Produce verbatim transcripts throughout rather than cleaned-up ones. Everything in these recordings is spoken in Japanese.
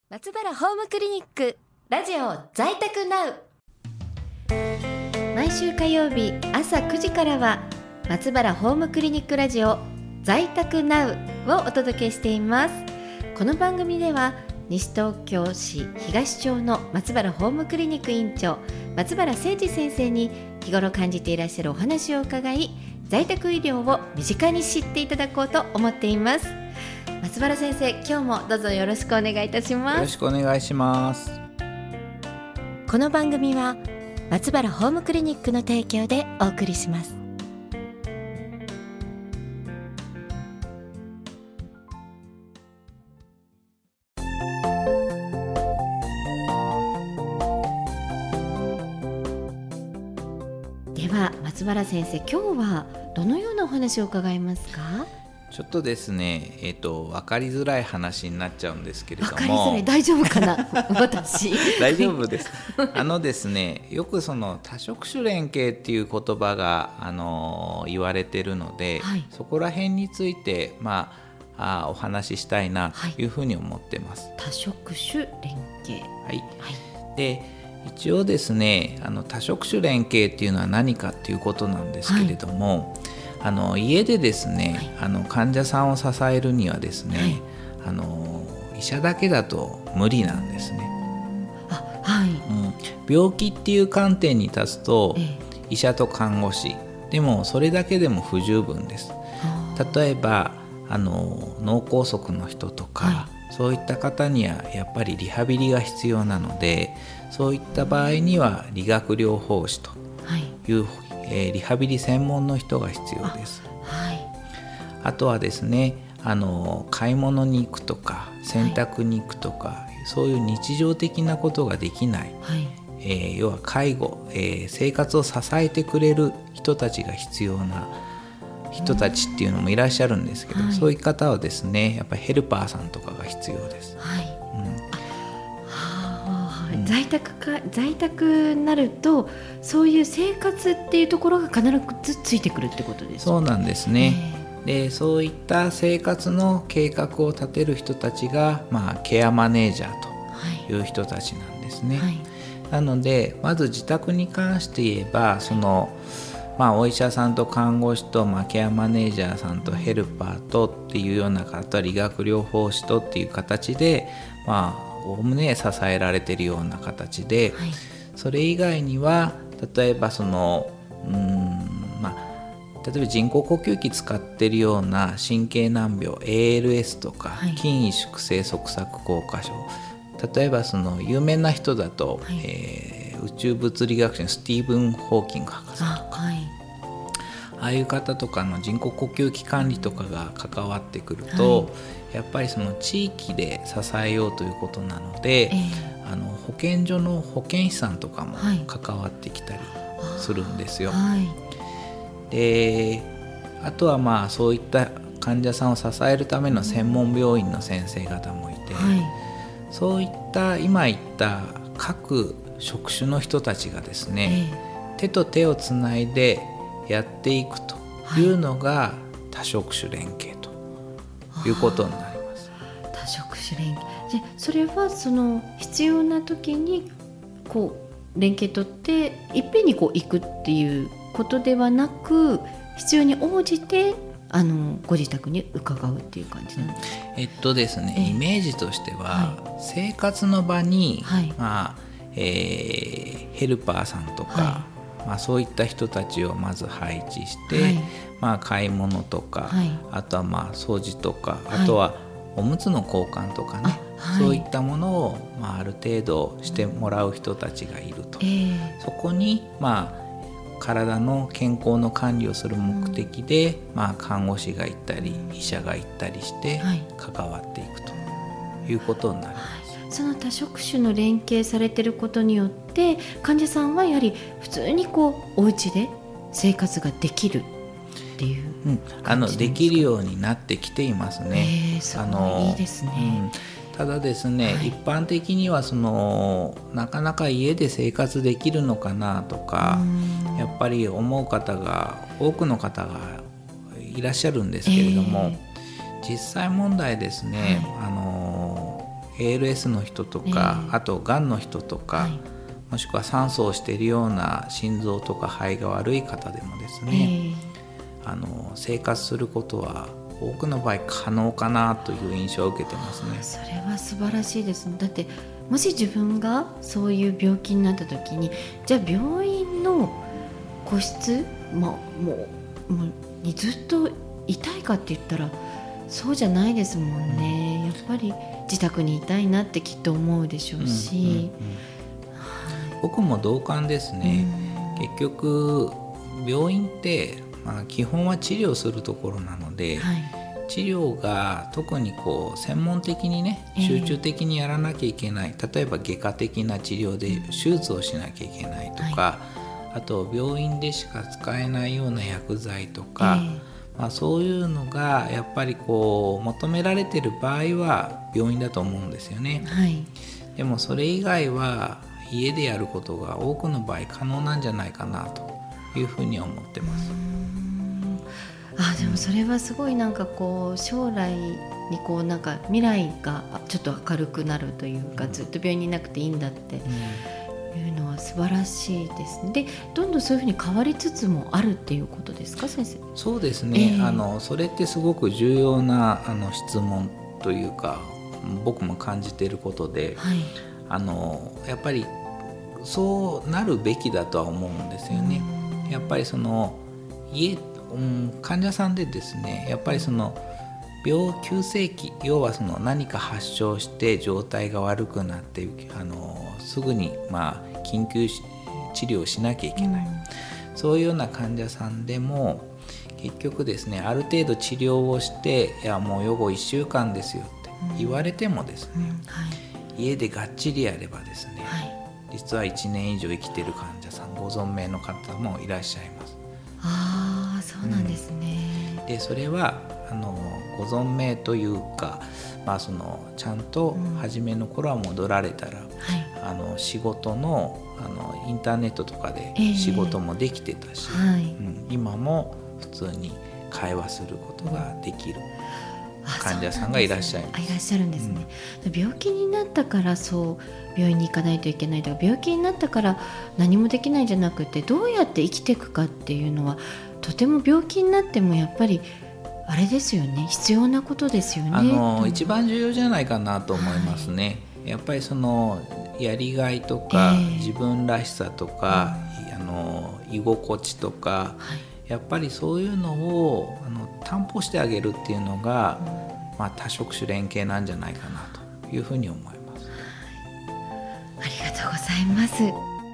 松原ホームクリニックラジオ在宅ナウ。毎週火曜日朝くじからは松原ホームクリニックラジオ在宅ナウをお届けしています。この番組では西東京市東町の松原ホームクリニック院長松原誠二先生に日頃感じていらっしゃるお話を伺い、在宅医療を身近に知っていただこうと思っています。松原先生、今日もどうぞよろしくお願いいたします。 よろしくお願いします。 この番組は松原ホームクリニックの提供でお送りします。では松原先生、今日はどのようなお話を伺いますか？ ちょっとですね、えーと、分かりづらい話になっちゃうんですけれども、 分かりづらい、大丈夫かな私大丈夫ですあのですね、よくその多職種連携っていう言葉が、あのー、言われてるので、はい、そこら辺について、まあ、あお話ししたいなというふうに思ってます、はい、 多職種連携、 はい、はい、で一応ですね、あの多職種連携っていうのは何かっていうことなんですけれども、はい、あの家でですね、はい、あの患者さんを支えるにはですね、はい、あの医者だけだと無理なんですね。 あ、はい、うん、 病気っていう観点に立つと、ええ、医者と看護師でもそれだけでも不十分です。例えばあの脳梗塞の人とか、はい、そういった方にはやっぱりリハビリが必要なので、そういった場合には理学療法士という、はい、えー、リハビリ専門の人が必要です。 あ,、はい、あとはですね、あの買い物に行くとか洗濯に行くとか、はい、そういう日常的なことができない、はい、えー、要は介護、えー、生活を支えてくれる人たちが必要な人たちっていうのもいらっしゃるんですけど、はい、そういう方はですね、やっぱりヘルパーさんとかが必要です。はい、 うん、在宅か在宅になるとそういう生活っていうところが必ずついてくるってことですか？ そうなんですね。でそういった生活の計画を立てる人たちが、まあ、ケアマネージャーという人たちなんですね、はい、なのでまず自宅に関して言えば、その、まあ、お医者さんと看護師と、まあ、ケアマネージャーさんとヘルパーとっていうような方、理学療法士とっていう形で、まあおおむね支えられているような形で、はい、それ以外には例えばそのうーん、まあ、例えば人工呼吸器使っているような神経難病 エーエルエス とか、はい、筋萎縮性側索硬化症、例えばその有名な人だと、はい、えー、宇宙物理学者のスティーブン・ホーキング博士とか、あ、はい、ああいう方とかの人工呼吸器管理とかが関わってくると、はい、やっぱりその地域で支えようということなので、えー、あの保健所の保健師さんとかも関わってきたりするんですよ、はい、であとはまあそういった患者さんを支えるための専門病院の先生方もいて、はい、そういった今言った各職種の人たちがですね、えー、手と手をつないでやっていくというのが多職種連携ということになります。 多職種連携で、それはその必要な時にこう連携取っていっぺんにこう行くっていうことではなく、必要に応じてあのご自宅に伺うっていう感じなんですか？ えっとですね、イメージとしては、はい、生活の場に、はい、まあえー、ヘルパーさんとか、はい、まあ、そういった人たちをまず配置して、はい、まあ、買い物とか、はい、あとはまあ掃除とか、はい、あとはおむつの交換とかね、はい、そういったものを、まあ、ある程度してもらう人たちがいると、えー、そこに、まあ、体の健康の管理をする目的で、うん、まあ、看護師が行ったり医者が行ったりして関わっていくということになります、はい、 その多職種の連携されていることによって患者さんはやはり普通にこうお家で生活ができるっていう、うん、 あのできるようになってきていますね。 えー、すごいいいですね、 うん、ただですね、はい、一般的にはそのなかなか家で生活できるのかなとかやっぱり思う方が多くの方がいらっしゃるんですけれども、えー、実際問題ですね、はい、あのエーエルエス の人とか、 えー、 あとがんの人とか、はい、もしくは酸素をしているような心臓とか肺が悪い方でもですね、えー、あの生活することは多くの場合可能かなという印象を受けてますね。 それは素晴らしいですね。だってもし自分がそういう病気になった時に、じゃあ病院の個室、ま、もう、もうにずっといたいかって言ったらそうじゃないですもんね、うん、やっぱり自宅にいたいなってきっと思うでしょうし、うんうんうん、はい、 僕も同感ですね、うん、結局病院って、まあ、基本は治療するところなので、はい、治療が特にこう専門的にね集中的にやらなきゃいけない、えー、例えば外科的な治療で手術をしなきゃいけないとか、はい、あと病院でしか使えないような薬剤とか、えーまあ、そういうのがやっぱりこう求められている場合は病院だと思うんですよね、はい、でもそれ以外は家でやることが多くの場合可能なんじゃないかなというふうに思ってます。 あ、でもそれはすごいなんかこう将来にこうなんか未来がちょっと明るくなるというか、うん、ずっと病院にいなくていいんだっていうのは素晴らしいですね。でどんどんそういうふうに変わりつつもあるっていうことですか、先生。 そうですね、えー、あのそれってすごく重要なあの質問というか僕も感じていることで、はい、あのやっぱりそうなるべきだとは思うんですよね。やっぱりその家うん、患者さんでですね、やっぱりその病急性期、要はその何か発症して状態が悪くなってあのすぐにまあ緊急治療しなきゃいけない、うん、そういうような患者さんでも結局ですね、ある程度治療をしていやもう予後いっしゅうかんですよって言われてもですね、うんうん、はい、家でがっちりやればですね、はい、実はいちねん以上生きている患者さんご存命の方もいらっしゃいます。 あ、そうなんですね、 うん、でそれはあのご存命というか、まあ、そのちゃんと初めの頃は戻られたら、うん、はい、あの仕事 の, あのインターネットとかで仕事もできてたし、えーはい、うん、今も普通に会話することができる患者さんがいらっしゃいます。 あ、いらっしゃるんですね、うん、病気になったからそう病院に行かないといけないとか、病気になったから何もできないんじゃなくて、どうやって生きていくかっていうのはとても病気になってもやっぱりあれですよね、必要なことですよね。 あの一番重要じゃないかなと思いますね、はい、やっぱりそのやりがいとか、えー、自分らしさとか、うん、あの居心地とか、はい、やっぱりそういうのをあの担保してあげるっていうのが、うん、まあ、多職種連携なんじゃないかなというふうに思います。 ありがとうございます。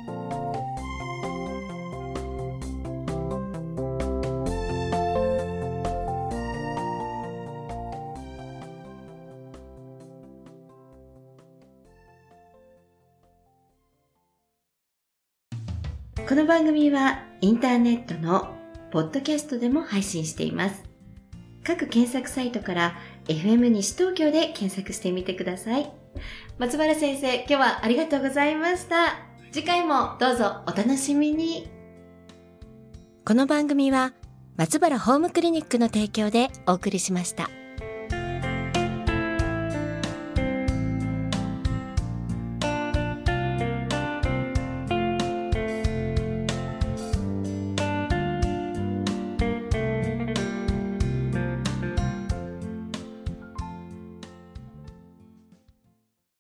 この番組はインターネットのポッドキャストでも配信しています。各検索サイトから エフエム 西東京で検索してみてください。松原先生、今日はありがとうございました。次回もどうぞお楽しみに。この番組は松原ホームクリニックの提供でお送りしました。